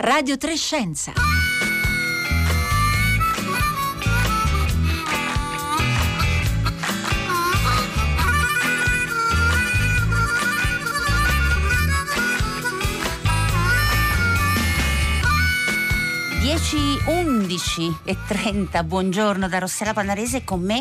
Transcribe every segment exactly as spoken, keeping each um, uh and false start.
Radio tre Scienza. dieci, undici e trenta, buongiorno da Rossella Panarese. Con me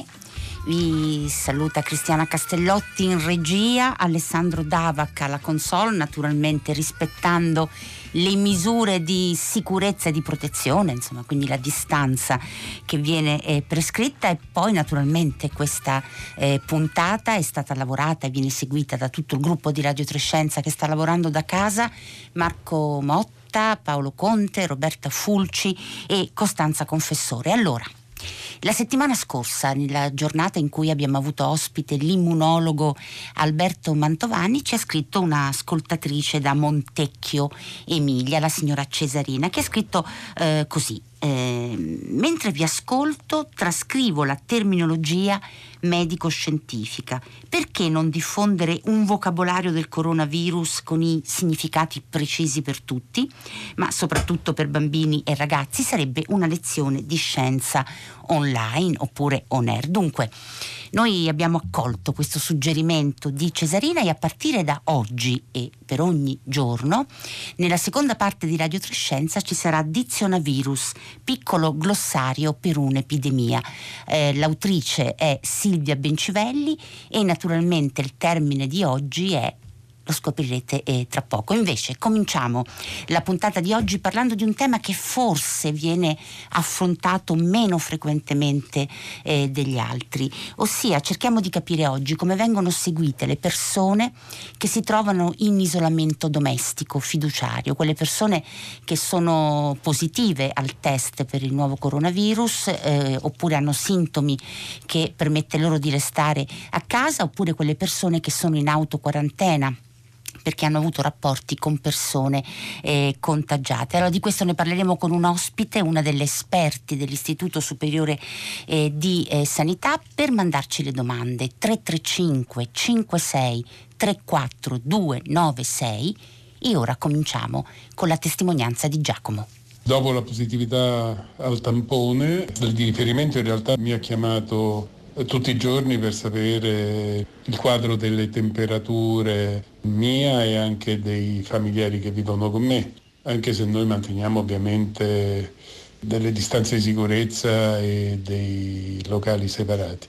vi saluta Cristiana Castellotti in regia, Alessandro Davac alla console, naturalmente rispettando le misure di sicurezza e di protezione, insomma, quindi la distanza che viene eh, prescritta. E poi naturalmente questa eh, puntata è stata lavorata e viene seguita da tutto il gruppo di Radio tre Scienza che sta lavorando da casa: Marco Motta, Paolo Conte, Roberta Fulci e Costanza Confessore. Allora, la settimana scorsa, nella giornata in cui abbiamo avuto ospite l'immunologo Alberto Mantovani, ci ha scritto una ascoltatrice da Montecchio Emilia, la signora Cesarina, che ha scritto eh, così: eh, mentre vi ascolto trascrivo la terminologia medico-scientifica. Perché non diffondere un vocabolario del coronavirus con i significati precisi per tutti, ma soprattutto per bambini e ragazzi? Sarebbe una lezione di scienza online oppure on air. Dunque, noi abbiamo accolto questo suggerimento di Cesarina e a partire da oggi e per ogni giorno, nella seconda parte di Radio tre Scienza ci sarà Dizionavirus, piccolo glossario per un'epidemia. Eh, l'autrice è Silvia Bencivelli e naturalmente il termine di oggi è, lo scoprirete eh, tra poco. Invece cominciamo la puntata di oggi parlando di un tema che forse viene affrontato meno frequentemente eh, degli altri, ossia cerchiamo di capire oggi come vengono seguite le persone che si trovano in isolamento domestico fiduciario, quelle persone che sono positive al test per il nuovo coronavirus eh, oppure hanno sintomi che permette loro di restare a casa, oppure quelle persone che sono in autoquarantena perché hanno avuto rapporti con persone eh, contagiate. Allora, di questo ne parleremo con un ospite, una delle esperti dell'Istituto Superiore eh, di eh, Sanità. Per mandarci le domande tre tre cinque cinque sei tre quattro due nove sei. E ora cominciamo con la testimonianza di Giacomo. Dopo la positività al tampone, il di riferimento in realtà mi ha chiamato tutti i giorni per sapere il quadro delle temperature mia e anche dei familiari che vivono con me, anche se noi manteniamo ovviamente delle distanze di sicurezza e dei locali separati.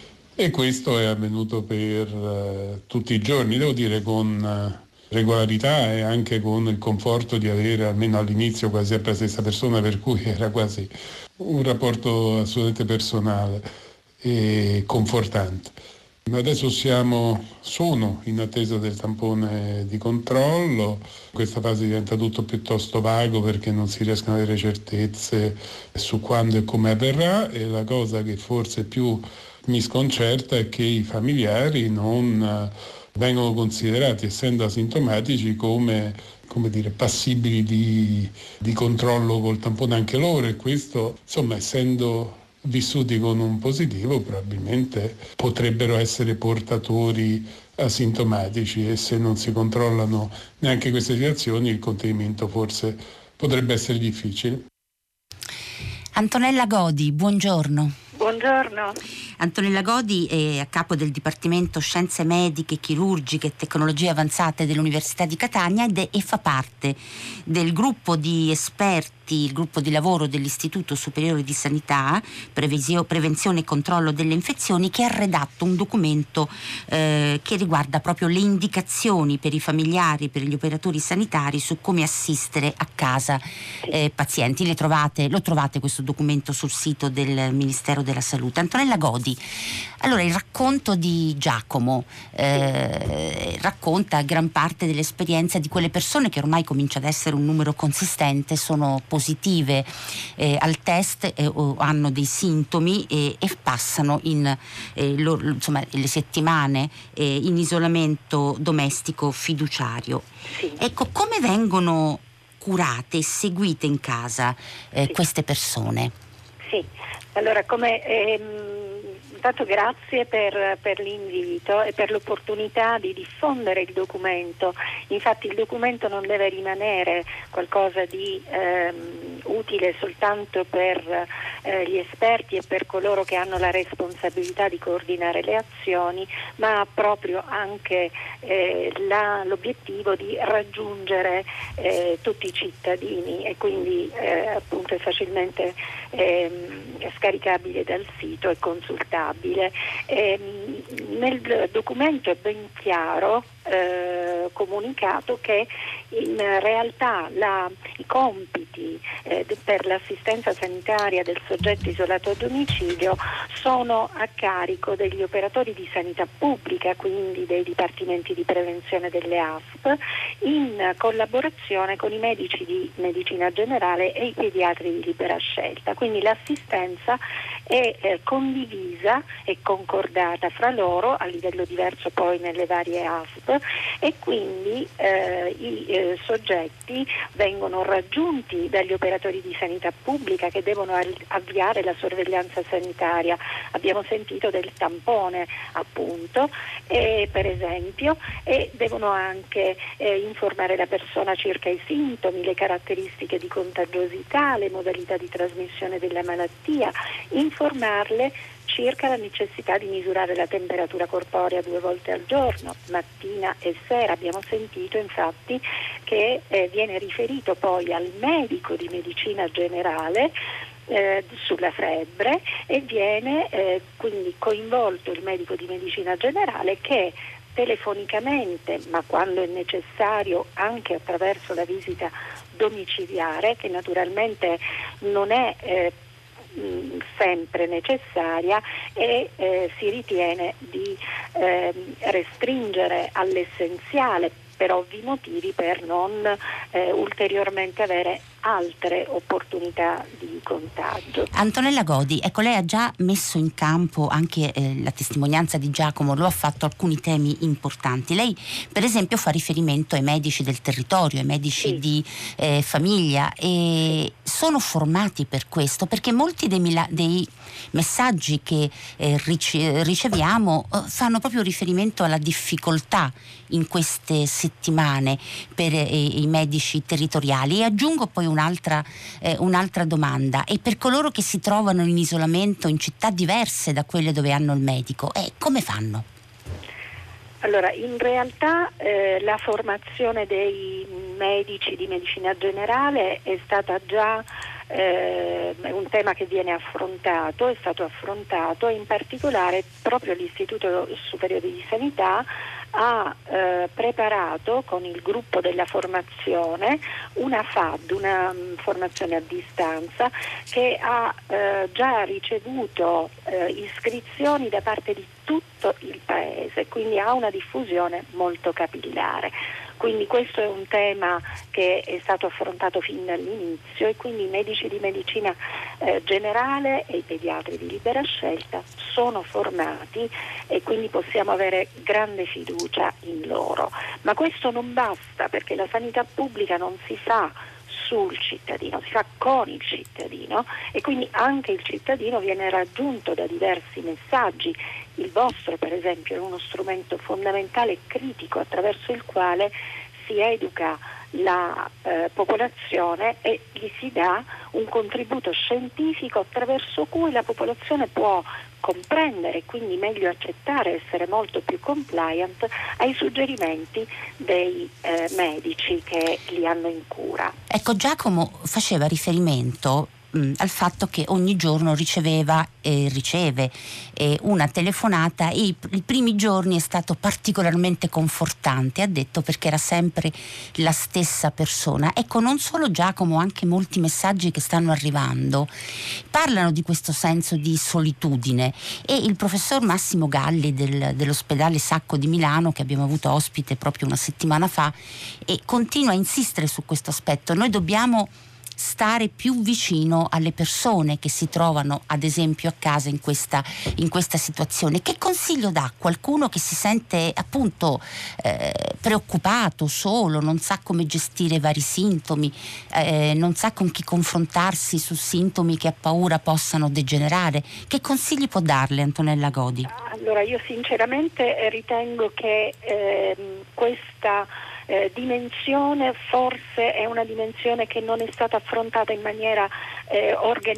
E questo è avvenuto per uh, tutti i giorni, devo dire con uh, regolarità e anche con il conforto di avere almeno all'inizio quasi sempre la stessa persona, per cui era quasi un rapporto assolutamente personale e confortante. Adesso siamo, sono in attesa del tampone di controllo. In questa fase diventa tutto piuttosto vago perché non si riescono ad avere certezze su quando e come avverrà, e la cosa che forse più mi sconcerta è che i familiari non vengono considerati, essendo asintomatici, come, come dire, passibili di, di controllo col tampone anche loro, e questo, insomma, essendo vissuti con un positivo, probabilmente potrebbero essere portatori asintomatici, e se non si controllano neanche queste situazioni il contenimento forse potrebbe essere difficile. Antonella Godi, buongiorno. Buongiorno. Antonella Godi è a capo del Dipartimento Scienze Mediche, Chirurgiche e Tecnologie Avanzate dell'Università di Catania ed è, e fa parte del gruppo di esperti, il gruppo di lavoro dell'Istituto Superiore di Sanità, Previsio, Prevenzione e Controllo delle Infezioni, che ha redatto un documento eh, che riguarda proprio le indicazioni per i familiari, per gli operatori sanitari su come assistere a casa eh, pazienti. Le trovate, lo trovate questo documento sul sito del Ministero della Salute. Antonella Godi, allora, il racconto di Giacomo eh, racconta gran parte dell'esperienza di quelle persone che ormai comincia ad essere un numero consistente, sono positive eh, al test eh, o hanno dei sintomi e, e passano in eh, lo, insomma, le settimane eh, in isolamento domestico fiduciario. Sì. Ecco, come vengono curate e seguite in casa eh, sì. queste persone? Sì, allora come ehm, intanto grazie per, per l'invito e per l'opportunità di diffondere il documento. Infatti il documento non deve rimanere qualcosa di ehm, utile soltanto per eh, gli esperti e per coloro che hanno la responsabilità di coordinare le azioni, ma ha proprio anche eh, la, l'obiettivo di raggiungere eh, tutti i cittadini, e quindi eh, appunto è facilmente ehm, scaricabile dal sito e consultabile. Ehm, nel documento è ben chiaro eh, comunicato che in realtà la, i compiti eh, per l'assistenza sanitaria del soggetto isolato a domicilio sono a carico degli operatori di sanità pubblica, quindi dei dipartimenti di prevenzione delle A S P, in collaborazione con i medici di medicina generale e i pediatri di libera scelta. Quindi l'assistenza è eh, condivisa e concordata fra loro a livello diverso poi nelle varie A S P, e quindi eh, i eh, soggetti vengono raggiunti dagli operatori di sanità pubblica che devono avviare la sorveglianza sanitaria. Abbiamo sentito del tampone appunto, eh, per esempio, e devono anche eh, informare la persona circa i sintomi, le caratteristiche di contagiosità, le modalità di trasmissione della malattia, informarle circa la necessità di misurare la temperatura corporea due volte al giorno, mattina e sera. Abbiamo sentito infatti che eh, viene riferito poi al medico di medicina generale eh, sulla febbre, e viene eh, quindi coinvolto il medico di medicina generale che telefonicamente, ma quando è necessario anche attraverso la visita domiciliare, che naturalmente non è eh, sempre necessaria, e eh, si ritiene di eh, restringere all'essenziale per ovvi motivi, per non eh, ulteriormente avere altre opportunità di contagio. Antonella Godi, ecco, lei ha già messo in campo anche eh, la testimonianza di Giacomo, lo ha fatto, alcuni temi importanti. Lei per esempio fa riferimento ai medici del territorio, ai medici sì. di eh, famiglia, e sono formati per questo, perché molti dei, mila- dei messaggi che eh, rice- riceviamo eh, fanno proprio riferimento alla difficoltà in queste settimane per eh, i medici territoriali. E aggiungo poi un'altra, eh, un'altra domanda: e per coloro che si trovano in isolamento in città diverse da quelle dove hanno il medico, eh, come fanno? Allora, in realtà eh, la formazione dei medici di medicina generale è stata già eh, un tema che viene affrontato, è stato affrontato, e in particolare proprio l'Istituto Superiore di Sanità ha eh, preparato con il gruppo della formazione una F A D, una um, formazione a distanza, che ha eh, già ricevuto eh, iscrizioni da parte di tutto il paese, quindi ha una diffusione molto capillare. Quindi questo è un tema che è stato affrontato fin dall'inizio, e quindi i medici di medicina eh, generale e i pediatri di libera scelta sono formati, e quindi possiamo avere grande fiducia in loro. Ma questo non basta, perché la sanità pubblica non si fa sul cittadino, si fa con il cittadino, e quindi anche il cittadino viene raggiunto da diversi messaggi. Il vostro, per esempio, è uno strumento fondamentale e critico attraverso il quale si educa la eh, popolazione e gli si dà un contributo scientifico attraverso cui la popolazione può comprendere, quindi meglio accettare, essere molto più compliant ai suggerimenti dei eh, medici che li hanno in cura. Ecco, Giacomo faceva riferimento mh, al fatto che ogni giorno riceveva e riceve eh, una telefonata, e i, i primi giorni è stato particolarmente confortante, ha detto, perché era sempre la stessa persona. Ecco, non solo Giacomo, anche molti messaggi che stanno arrivando parlano di questo senso di solitudine, e il professor Massimo Galli del, dell'ospedale Sacco di Milano, che abbiamo avuto ospite proprio una settimana fa, e continua a insistere su questo aspetto. Noi dobbiamo stare più vicino alle persone che si trovano ad esempio a casa in questa, in questa situazione. Che consiglio dà qualcuno che si sente appunto eh, preoccupato, solo, non sa come gestire i vari sintomi, eh, non sa con chi confrontarsi su sintomi che ha paura possano degenerare? Che consigli può darle Antonella Godi? Allora, io sinceramente ritengo che ehm, questa Eh, dimensione forse è una dimensione che non è stata affrontata in maniera eh,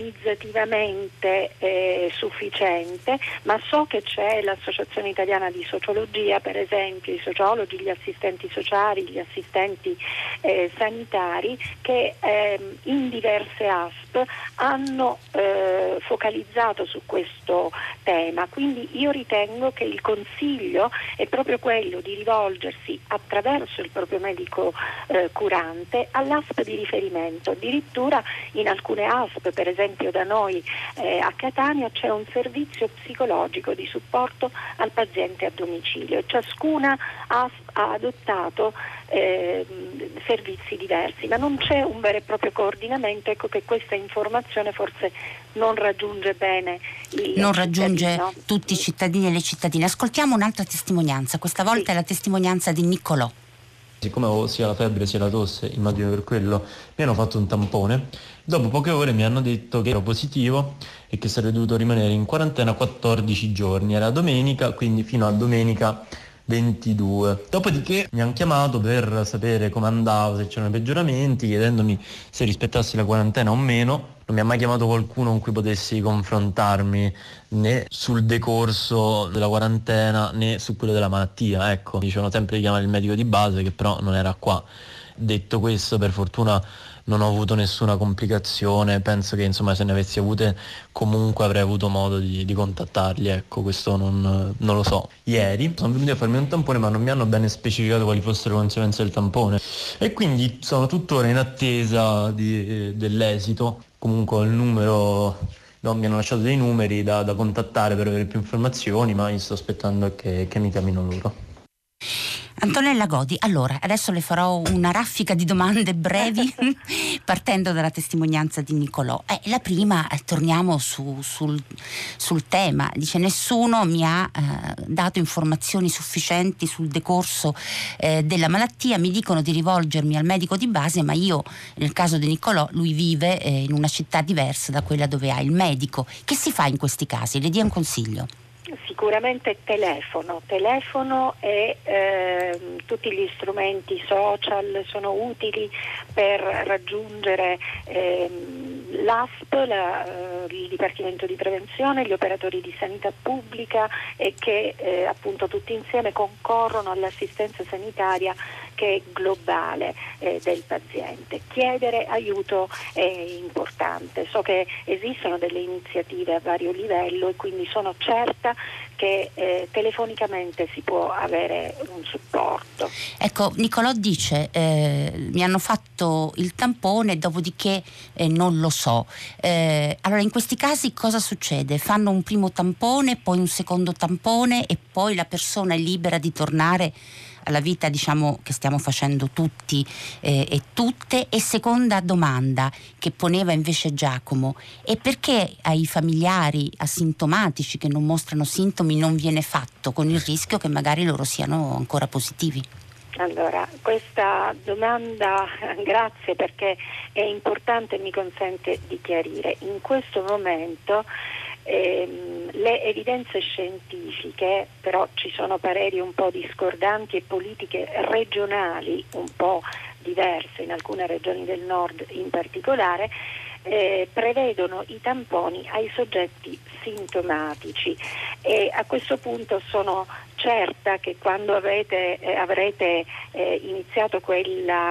organizzativamente eh, sufficiente, ma so che c'è l'Associazione Italiana di Sociologia, per esempio, i sociologi, gli assistenti sociali, gli assistenti eh, sanitari che eh, in diverse A S P hanno eh, focalizzato su questo tema, quindi io ritengo che il consiglio è proprio quello di rivolgersi attraverso il proprio medico eh, curante all'A S P di riferimento. Addirittura in alcune A S P, per esempio da noi eh, a Catania, c'è un servizio psicologico di supporto al paziente a domicilio e ciascuna A S P ha adottato eh, servizi diversi, ma non c'è un vero e proprio coordinamento. Ecco che questa informazione forse non raggiunge bene il non raggiunge cittadino. tutti i cittadini e le cittadine. Ascoltiamo un'altra testimonianza, questa volta sì. È la testimonianza di Niccolò. Siccome avevo sia la febbre sia la tosse, immagino per quello, mi hanno fatto un tampone. Dopo poche ore mi hanno detto che ero positivo e che sarei dovuto rimanere in quarantena quattordici giorni. Era domenica, quindi fino a domenica ventidue. Dopodiché mi hanno chiamato per sapere come andavo, se c'erano peggioramenti, chiedendomi se rispettassi la quarantena o meno. Non mi ha mai chiamato qualcuno con cui potessi confrontarmi né sul decorso della quarantena né su quello della malattia. Ecco, mi dicevano sempre di chiamare il medico di base, che però non era qua. Detto questo, per fortuna non ho avuto nessuna complicazione, penso che insomma se ne avessi avute comunque avrei avuto modo di, di contattarli, ecco, questo non, non lo so. Ieri sono venuti a farmi un tampone ma non mi hanno bene specificato quali fossero le conseguenze del tampone e quindi sono tuttora in attesa di, dell'esito. Comunque ho il numero, no, mi hanno lasciato dei numeri da, da contattare per avere più informazioni, ma io sto aspettando che, che mi chiamino loro. Antonella Godi, allora adesso le farò una raffica di domande brevi partendo dalla testimonianza di Niccolò. Eh, la prima, eh, torniamo su, sul, sul tema, dice nessuno mi ha eh, dato informazioni sufficienti sul decorso eh, della malattia, mi dicono di rivolgermi al medico di base, ma io nel caso di Niccolò lui vive eh, in una città diversa da quella dove ha il medico. Che si fa in questi casi? Le dia un consiglio. Sicuramente telefono, telefono e eh, tutti gli strumenti social sono utili per raggiungere eh, l'A S P, la, eh, il Dipartimento di Prevenzione, gli operatori di sanità pubblica e che eh, appunto tutti insieme concorrono all'assistenza sanitaria che è globale eh, del paziente. Chiedere aiuto è importante, so che esistono delle iniziative a vario livello e quindi sono certa che eh, telefonicamente si può avere un supporto. Ecco, Niccolò dice eh, mi hanno fatto il tampone, dopodiché eh, non lo so. Eh, allora in questi casi cosa succede? Fanno un primo tampone, poi un secondo tampone e poi la persona è libera di tornare alla vita, diciamo, che stiamo facendo tutti eh, e tutte. E seconda domanda che poneva invece Giacomo, e perché ai familiari asintomatici che non mostrano sintomi non viene fatto, con il rischio che magari loro siano ancora positivi? Allora, questa domanda, grazie, perché è importante e mi consente di chiarire. In questo momento ehm, le evidenze scientifiche, però ci sono pareri un po' discordanti e politiche regionali un po' diverse, in alcune regioni del nord in particolare, Eh, prevedono i tamponi ai soggetti sintomatici e a questo punto sono certa che quando avete, eh, avrete eh, iniziato quella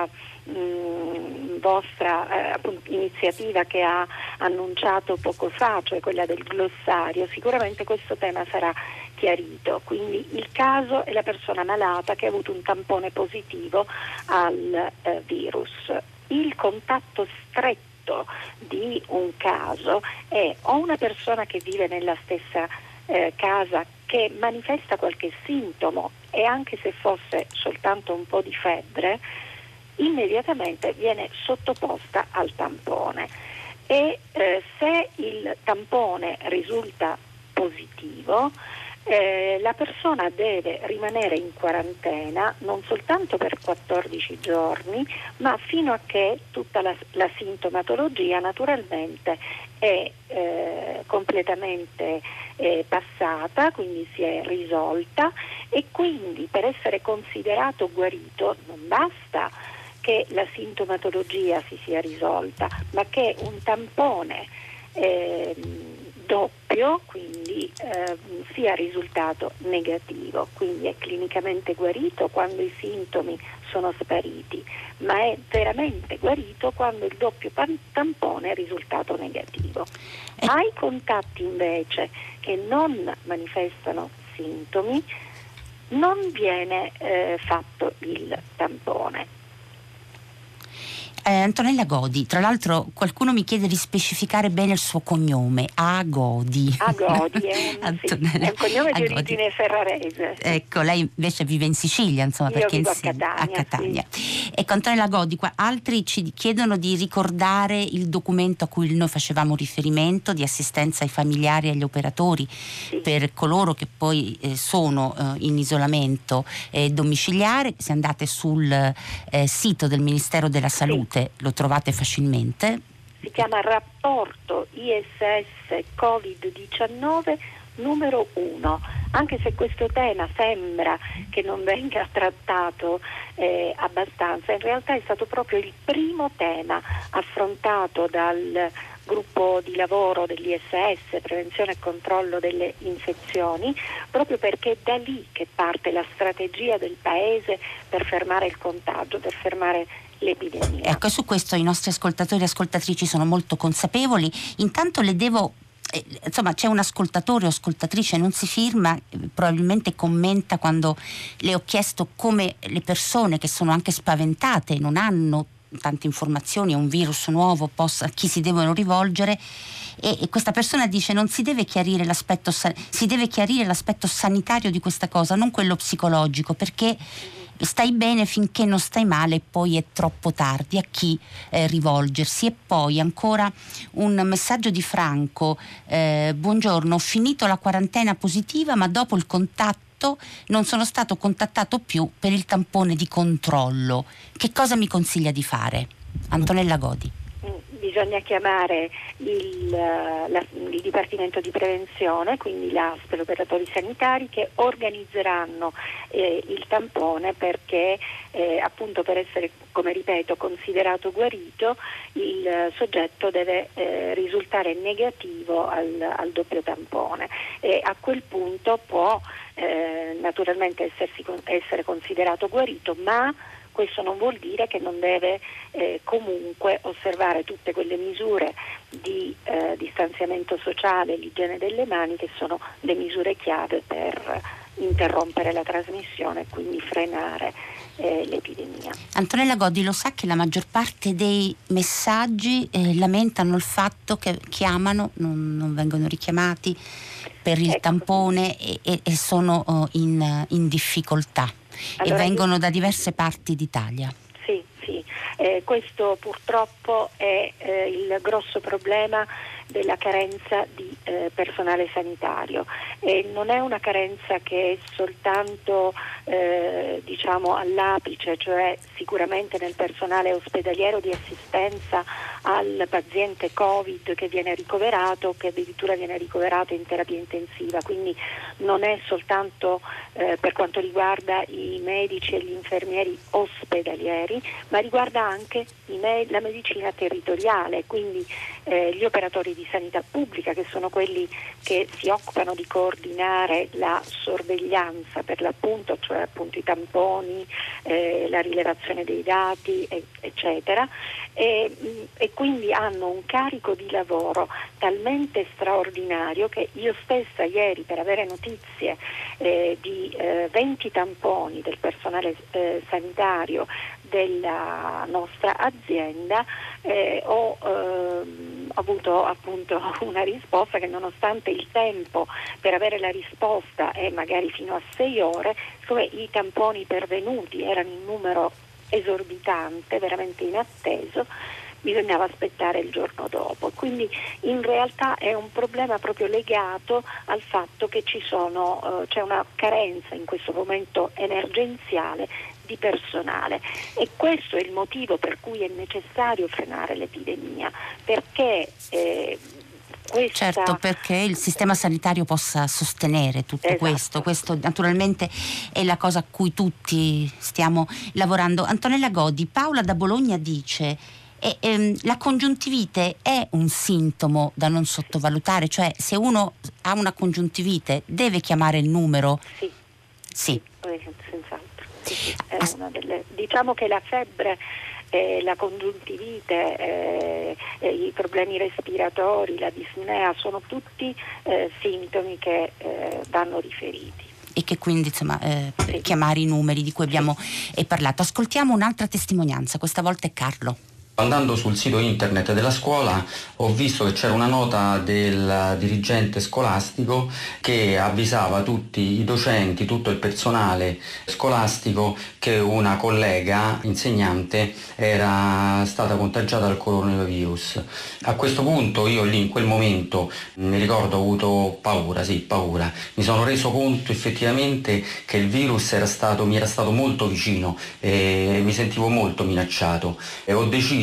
mh, vostra eh, appunto, iniziativa che ha annunciato poco fa, cioè quella del glossario, sicuramente questo tema sarà chiarito. Quindi il caso è la persona malata che ha avuto un tampone positivo al eh, virus. Il contatto stretto di un caso è o una persona che vive nella stessa eh, casa che manifesta qualche sintomo e anche se fosse soltanto un po' di febbre immediatamente viene sottoposta al tampone e eh, se il tampone risulta positivo, Eh, la persona deve rimanere in quarantena non soltanto per quattordici giorni, ma fino a che tutta la, la sintomatologia naturalmente è eh, completamente eh, passata, quindi si è risolta, e quindi per essere considerato guarito non basta che la sintomatologia si sia risolta, ma che un tampone eh, doppio, quindi eh, sia risultato negativo, quindi è clinicamente guarito quando i sintomi sono spariti, ma è veramente guarito quando il doppio tampone è risultato negativo. Ai contatti invece che non manifestano sintomi non viene eh, fatto il tampone. Eh, Antonella Godi, tra l'altro qualcuno mi chiede di specificare bene il suo cognome, Agodi. Agodi è un, sì, è un cognome di origine ferrarese. Ecco, lei invece vive in Sicilia, insomma, Io perché vivo in, a Catania. a Catania. Sì. Ecco, Antonella Godi, qua altri ci chiedono di ricordare il documento a cui noi facevamo riferimento di assistenza ai familiari e agli operatori, sì, per coloro che poi eh, sono eh, in isolamento eh, domiciliare. Se andate sul eh, sito del Ministero della Salute, sì, lo trovate facilmente. Si chiama rapporto I S S covid diciannove numero uno, anche se questo tema sembra che non venga trattato eh, abbastanza, in realtà è stato proprio il primo tema affrontato dal gruppo di lavoro dell'I S S, prevenzione e controllo delle infezioni, proprio perché è da lì che parte la strategia del Paese per fermare il contagio, per fermare l'epidemia. Ecco, su questo i nostri ascoltatori e ascoltatrici sono molto consapevoli. Intanto le devo eh, insomma, c'è un ascoltatore o ascoltatrice, non si firma, eh, probabilmente commenta quando le ho chiesto come le persone che sono anche spaventate e non hanno tante informazioni, è un virus nuovo, possa, a chi si devono rivolgere, e, e questa persona dice non si deve chiarire l'aspetto si deve chiarire l'aspetto sanitario di questa cosa, non quello psicologico, perché stai bene finché non stai male, poi è troppo tardi. A chi eh, rivolgersi? E poi ancora un messaggio di Franco: eh, buongiorno, ho finito la quarantena positiva, ma dopo il contatto non sono stato contattato più per il tampone di controllo. Che cosa mi consiglia di fare? Antonella Godi. Bisogna chiamare il, la, il Dipartimento di Prevenzione, quindi l'A S P, gli operatori sanitari, che organizzeranno eh, il tampone, perché eh, appunto per essere, come ripeto, considerato guarito, il soggetto deve eh, risultare negativo al, al doppio tampone, e a quel punto può eh, naturalmente essersi, essere considerato guarito, ma questo non vuol dire che non deve eh, comunque osservare tutte quelle misure di eh, distanziamento sociale, l'igiene delle mani, che sono le misure chiave per interrompere la trasmissione e quindi frenare eh, l'epidemia. Antonella Godi, lo sa che la maggior parte dei messaggi eh, lamentano il fatto che chiamano, non, non vengono richiamati per il ecco. tampone e, e, e sono uh, in, in difficoltà. Allora, e vengono io... da diverse parti d'Italia. Sì, sì. Eh, questo purtroppo è eh, il grosso problema della carenza di eh, personale sanitario, e non è una carenza che è soltanto eh, diciamo all'apice, cioè sicuramente nel personale ospedaliero di assistenza al paziente Covid che viene ricoverato, che addirittura viene ricoverato in terapia intensiva, quindi non è soltanto eh, per quanto riguarda i medici e gli infermieri ospedalieri, ma riguarda anche i me- la medicina territoriale, quindi eh, gli operatori di sanità pubblica, che sono quelli che si occupano di coordinare la sorveglianza per l'appunto, cioè appunto i tamponi, eh, la rilevazione dei dati, e, eccetera, e, e quindi hanno un carico di lavoro talmente straordinario che io stessa ieri, per avere notizie eh, di eh, venti tamponi del personale eh, sanitario della nostra azienda, eh, ho ehm, avuto appunto una risposta che, nonostante il tempo per avere la risposta è magari fino a sei ore, come i tamponi pervenuti erano in numero esorbitante, veramente inatteso, bisognava aspettare il giorno dopo. Quindi in realtà è un problema proprio legato al fatto che ci sono, eh, c'è una carenza in questo momento emergenziale di personale, e questo è il motivo per cui è necessario frenare l'epidemia, perché eh, questa... Certo, perché il sistema sanitario possa sostenere tutto Esatto. questo. Questo naturalmente è la cosa a cui tutti stiamo lavorando. Antonella Godi, Paola da Bologna dice: E, ehm, la congiuntivite è un sintomo da non sottovalutare, cioè se uno ha una congiuntivite deve chiamare il numero? Sì, sì. sì, senz'altro. Sì, sì, è una delle... Diciamo che la febbre, eh, la congiuntivite, eh, eh, i problemi respiratori, la dispnea sono tutti eh, sintomi che eh, vanno riferiti. E che quindi insomma eh, Sì. chiamare i numeri di cui abbiamo eh, parlato. Ascoltiamo un'altra testimonianza, questa volta è Carlo. Andando sul sito internet della scuola ho visto che c'era una nota del dirigente scolastico che avvisava tutti i docenti, tutto il personale scolastico che una collega insegnante era stata contagiata dal coronavirus. A questo punto io lì in quel momento mi ricordo ho avuto paura, sì, paura. Mi sono reso conto effettivamente che il virus era stato, mi era stato molto vicino e mi sentivo molto minacciato e ho deciso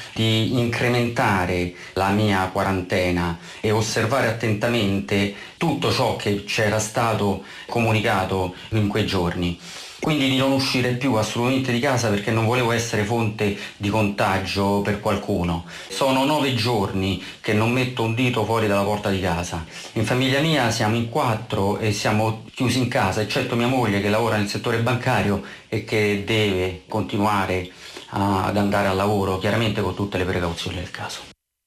di incrementare la mia quarantena e osservare attentamente tutto ciò che c'era stato comunicato in quei giorni. Quindi di non uscire più assolutamente di casa perché non volevo essere fonte di contagio per qualcuno. Sono nove giorni che non metto un dito fuori dalla porta di casa. In famiglia mia siamo in quattro e siamo chiusi in casa, eccetto mia moglie che lavora nel settore bancario e che deve continuare ad andare al lavoro, chiaramente con tutte le precauzioni del caso.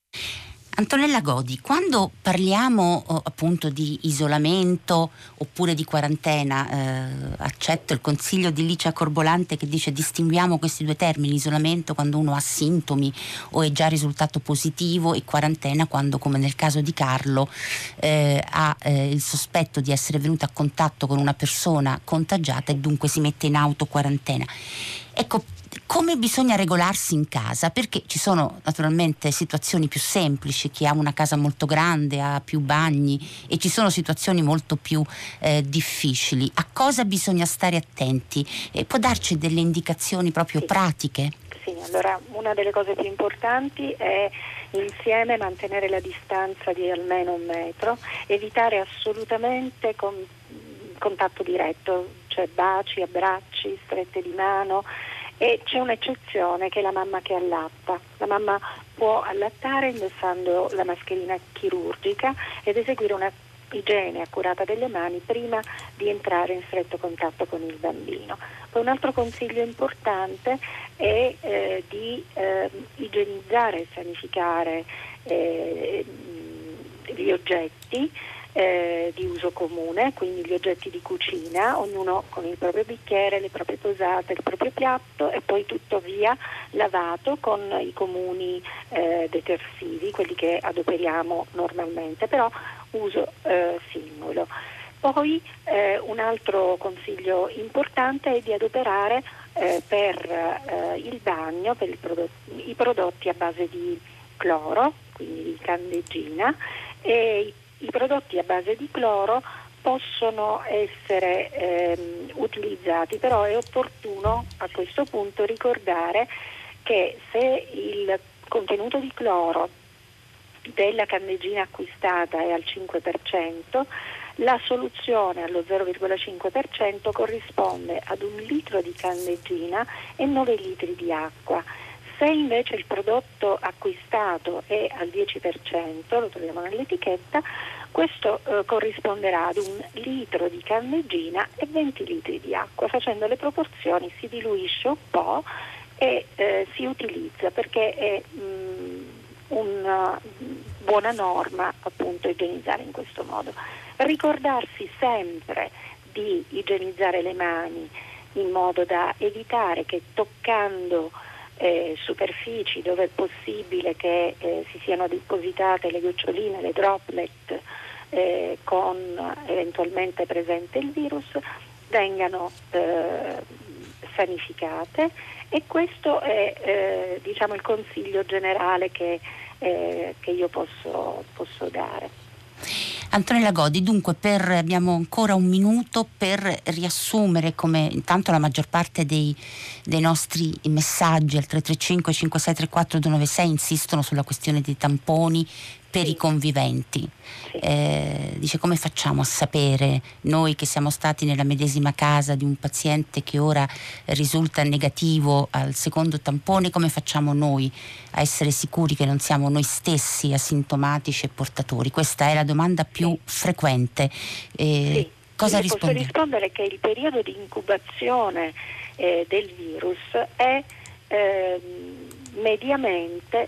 Antonella Godi, quando parliamo oh, appunto di isolamento oppure di quarantena, eh, accetto il consiglio di Licia Corbolante che dice distinguiamo questi due termini: isolamento quando uno ha sintomi o è già risultato positivo, e quarantena quando, come nel caso di Carlo, eh, ha eh, il sospetto di essere venuto a contatto con una persona contagiata e dunque si mette in autoquarantena. Ecco, come bisogna regolarsi in casa? Perché ci sono naturalmente situazioni più semplici, chi ha una casa molto grande ha più bagni, e ci sono situazioni molto più eh, difficili. A cosa bisogna stare attenti? Eh, può darci delle indicazioni proprio Sì. pratiche? Sì, allora una delle cose più importanti è insieme mantenere la distanza di almeno un metro, evitare assolutamente con, contatto diretto, cioè baci, abbracci, strette di mano. E c'è un'eccezione che è la mamma che allatta. La mamma può allattare indossando la mascherina chirurgica ed eseguire una igiene accurata delle mani prima di entrare in stretto contatto con il bambino. Poi un altro consiglio importante è eh, di eh, igienizzare e sanificare eh, gli oggetti Eh, di uso comune, quindi gli oggetti di cucina, ognuno con il proprio bicchiere, le proprie posate, il proprio piatto, e poi tutto via lavato con i comuni eh, detersivi, quelli che adoperiamo normalmente, però uso eh, singolo. Poi eh, un altro consiglio importante è di adoperare eh, per eh, il bagno, per il prodotto, i prodotti a base di cloro, quindi di candeggina, e i I prodotti a base di cloro possono essere ehm, utilizzati, però è opportuno a questo punto ricordare che se il contenuto di cloro della candeggina acquistata è al cinque per cento, la soluzione allo zero virgola cinque per cento corrisponde ad un litro di candeggina e nove litri di acqua. Se invece il prodotto acquistato è al dieci per cento, lo troviamo nell'etichetta, questo eh, corrisponderà ad un litro di candeggina e venti litri di acqua. Facendo le proporzioni si diluisce un po' e eh, si utilizza, perché è mh, una buona norma appunto igienizzare in questo modo. Ricordarsi sempre di igienizzare le mani in modo da evitare che toccando Eh, superfici dove è possibile che eh, si siano depositate le goccioline, le droplet eh, con eventualmente presente il virus, vengano eh, sanificate, e questo è eh, diciamo il consiglio generale che, eh, che io posso, posso dare. Antonella Godi, dunque per, abbiamo ancora un minuto per riassumere, come intanto la maggior parte dei, dei nostri messaggi al tre tre cinque cinque sei tre quattro due nove sei insistono sulla questione dei tamponi per sì. i conviventi. Sì. Eh, dice: come facciamo a sapere, noi che siamo stati nella medesima casa di un paziente che ora risulta negativo al secondo tampone, come facciamo noi a essere sicuri che non siamo noi stessi asintomatici e portatori? Questa è la domanda più sì. frequente. Eh, sì. Cosa Io risponde? Posso rispondere che il periodo di incubazione eh, del virus è eh, mediamente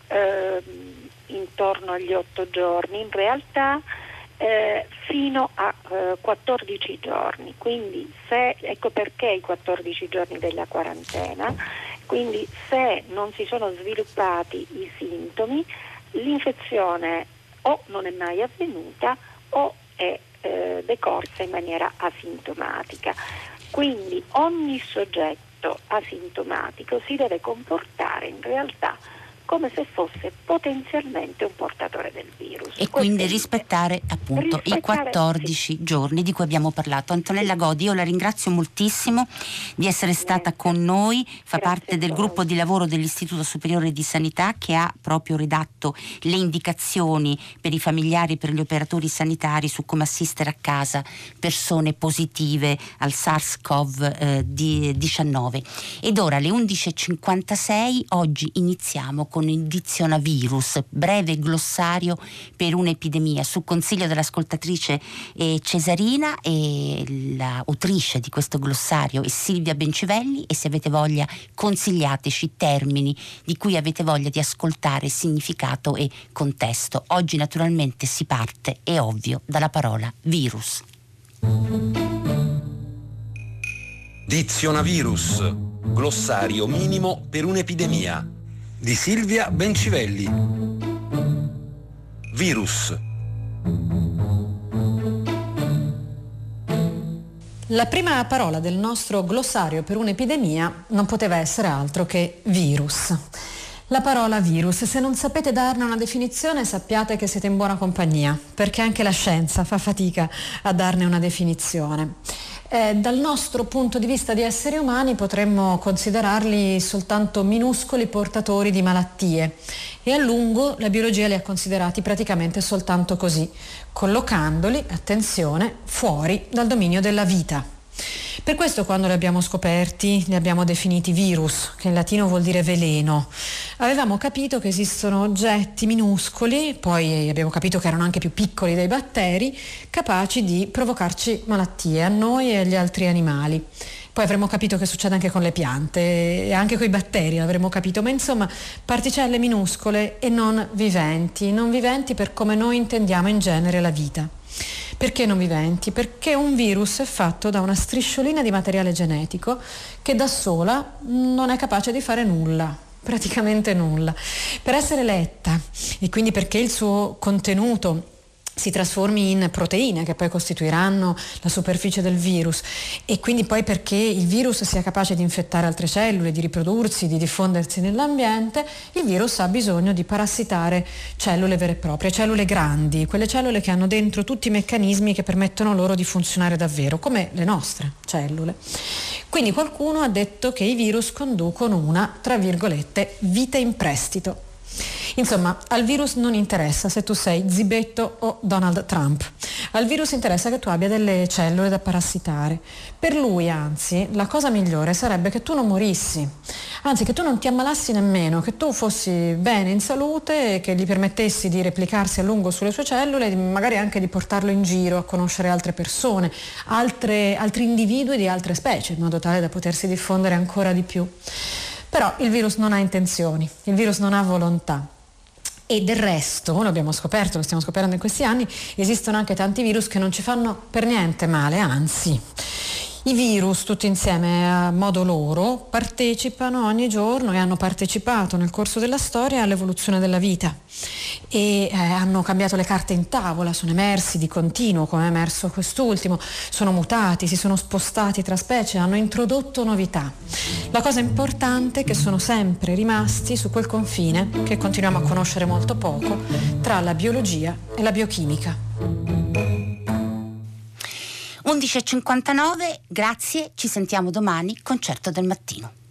eh, intorno agli otto giorni, in realtà eh, fino a eh, quattordici giorni, quindi se, ecco perché i quattordici giorni della quarantena, quindi se non si sono sviluppati i sintomi, l'infezione o non è mai avvenuta o è eh, decorsa in maniera asintomatica. Quindi ogni soggetto asintomatico si deve comportare in realtà come se fosse potenzialmente un portatore del virus. E quindi rispettare appunto rispettare, i quattordici sì. giorni di cui abbiamo parlato. Antonella Godi, io la ringrazio moltissimo di essere stata Niente. con noi, fa Grazie parte del gruppo di lavoro dell'Istituto Superiore di Sanità che ha proprio redatto le indicazioni per i familiari e per gli operatori sanitari su come assistere a casa persone positive al SARS-CoV diciannove. Ed ora alle undici e cinquantasei oggi iniziamo con il Dizionavirus, breve glossario per un'epidemia, su consiglio dell'ascoltatrice eh, Cesarina, e l'autrice di questo glossario è Silvia Bencivelli, e se avete voglia consigliateci termini di cui avete voglia di ascoltare significato e contesto. Oggi naturalmente si parte, è ovvio, dalla parola virus. Dizionavirus, glossario minimo per un'epidemia, di Silvia Bencivelli. Virus. La prima parola del nostro glossario per un'epidemia non poteva essere altro che virus. La parola virus, se non sapete darne una definizione, sappiate che siete in buona compagnia, perché anche la scienza fa fatica a darne una definizione. Eh, dal nostro punto di vista di esseri umani potremmo considerarli soltanto minuscoli portatori di malattie, e a lungo la biologia li ha considerati praticamente soltanto così, collocandoli, attenzione, fuori dal dominio della vita. Per questo quando li abbiamo scoperti li abbiamo definiti virus, che in latino vuol dire veleno. Avevamo capito che esistono oggetti minuscoli, poi abbiamo capito che erano anche più piccoli dei batteri, capaci di provocarci malattie a noi e agli altri animali. Poi avremmo capito che succede anche con le piante e anche con i batteri, l'avremmo capito, ma insomma particelle minuscole e non viventi, non viventi per come noi intendiamo in genere la vita. Perché non viventi? Perché un virus è fatto da una strisciolina di materiale genetico che da sola non è capace di fare nulla, praticamente nulla. Per essere letta, e quindi perché il suo contenuto si trasformi in proteine che poi costituiranno la superficie del virus, e quindi poi perché il virus sia capace di infettare altre cellule, di riprodursi, di diffondersi nell'ambiente, il virus ha bisogno di parassitare cellule vere e proprie, cellule grandi, quelle cellule che hanno dentro tutti i meccanismi che permettono loro di funzionare davvero, come le nostre cellule. Quindi qualcuno ha detto che i virus conducono una, tra virgolette, vita in prestito. Insomma, al virus non interessa se tu sei Zibetto o Donald Trump. Al virus interessa che tu abbia delle cellule da parassitare. Per lui, anzi, la cosa migliore sarebbe che tu non morissi, anzi che tu non ti ammalassi nemmeno, che tu fossi bene in salute, che gli permettessi di replicarsi a lungo sulle sue cellule, magari anche di portarlo in giro a conoscere altre persone, altre, altri individui di altre specie, in modo tale da potersi diffondere ancora di più. Però il virus non ha intenzioni, il virus non ha volontà. E del resto, lo abbiamo scoperto, lo stiamo scoprendo in questi anni, esistono anche tanti virus che non ci fanno per niente male, anzi. I virus tutti insieme a modo loro partecipano ogni giorno e hanno partecipato nel corso della storia all'evoluzione della vita. e eh, hanno cambiato le carte in tavola, sono emersi di continuo, come è emerso quest'ultimo, sono mutati, si sono spostati tra specie, hanno introdotto novità. La cosa importante è che sono sempre rimasti su quel confine, che continuiamo a conoscere molto poco, tra la biologia e la biochimica. undici e cinquantanove, grazie, ci sentiamo domani, concerto del mattino.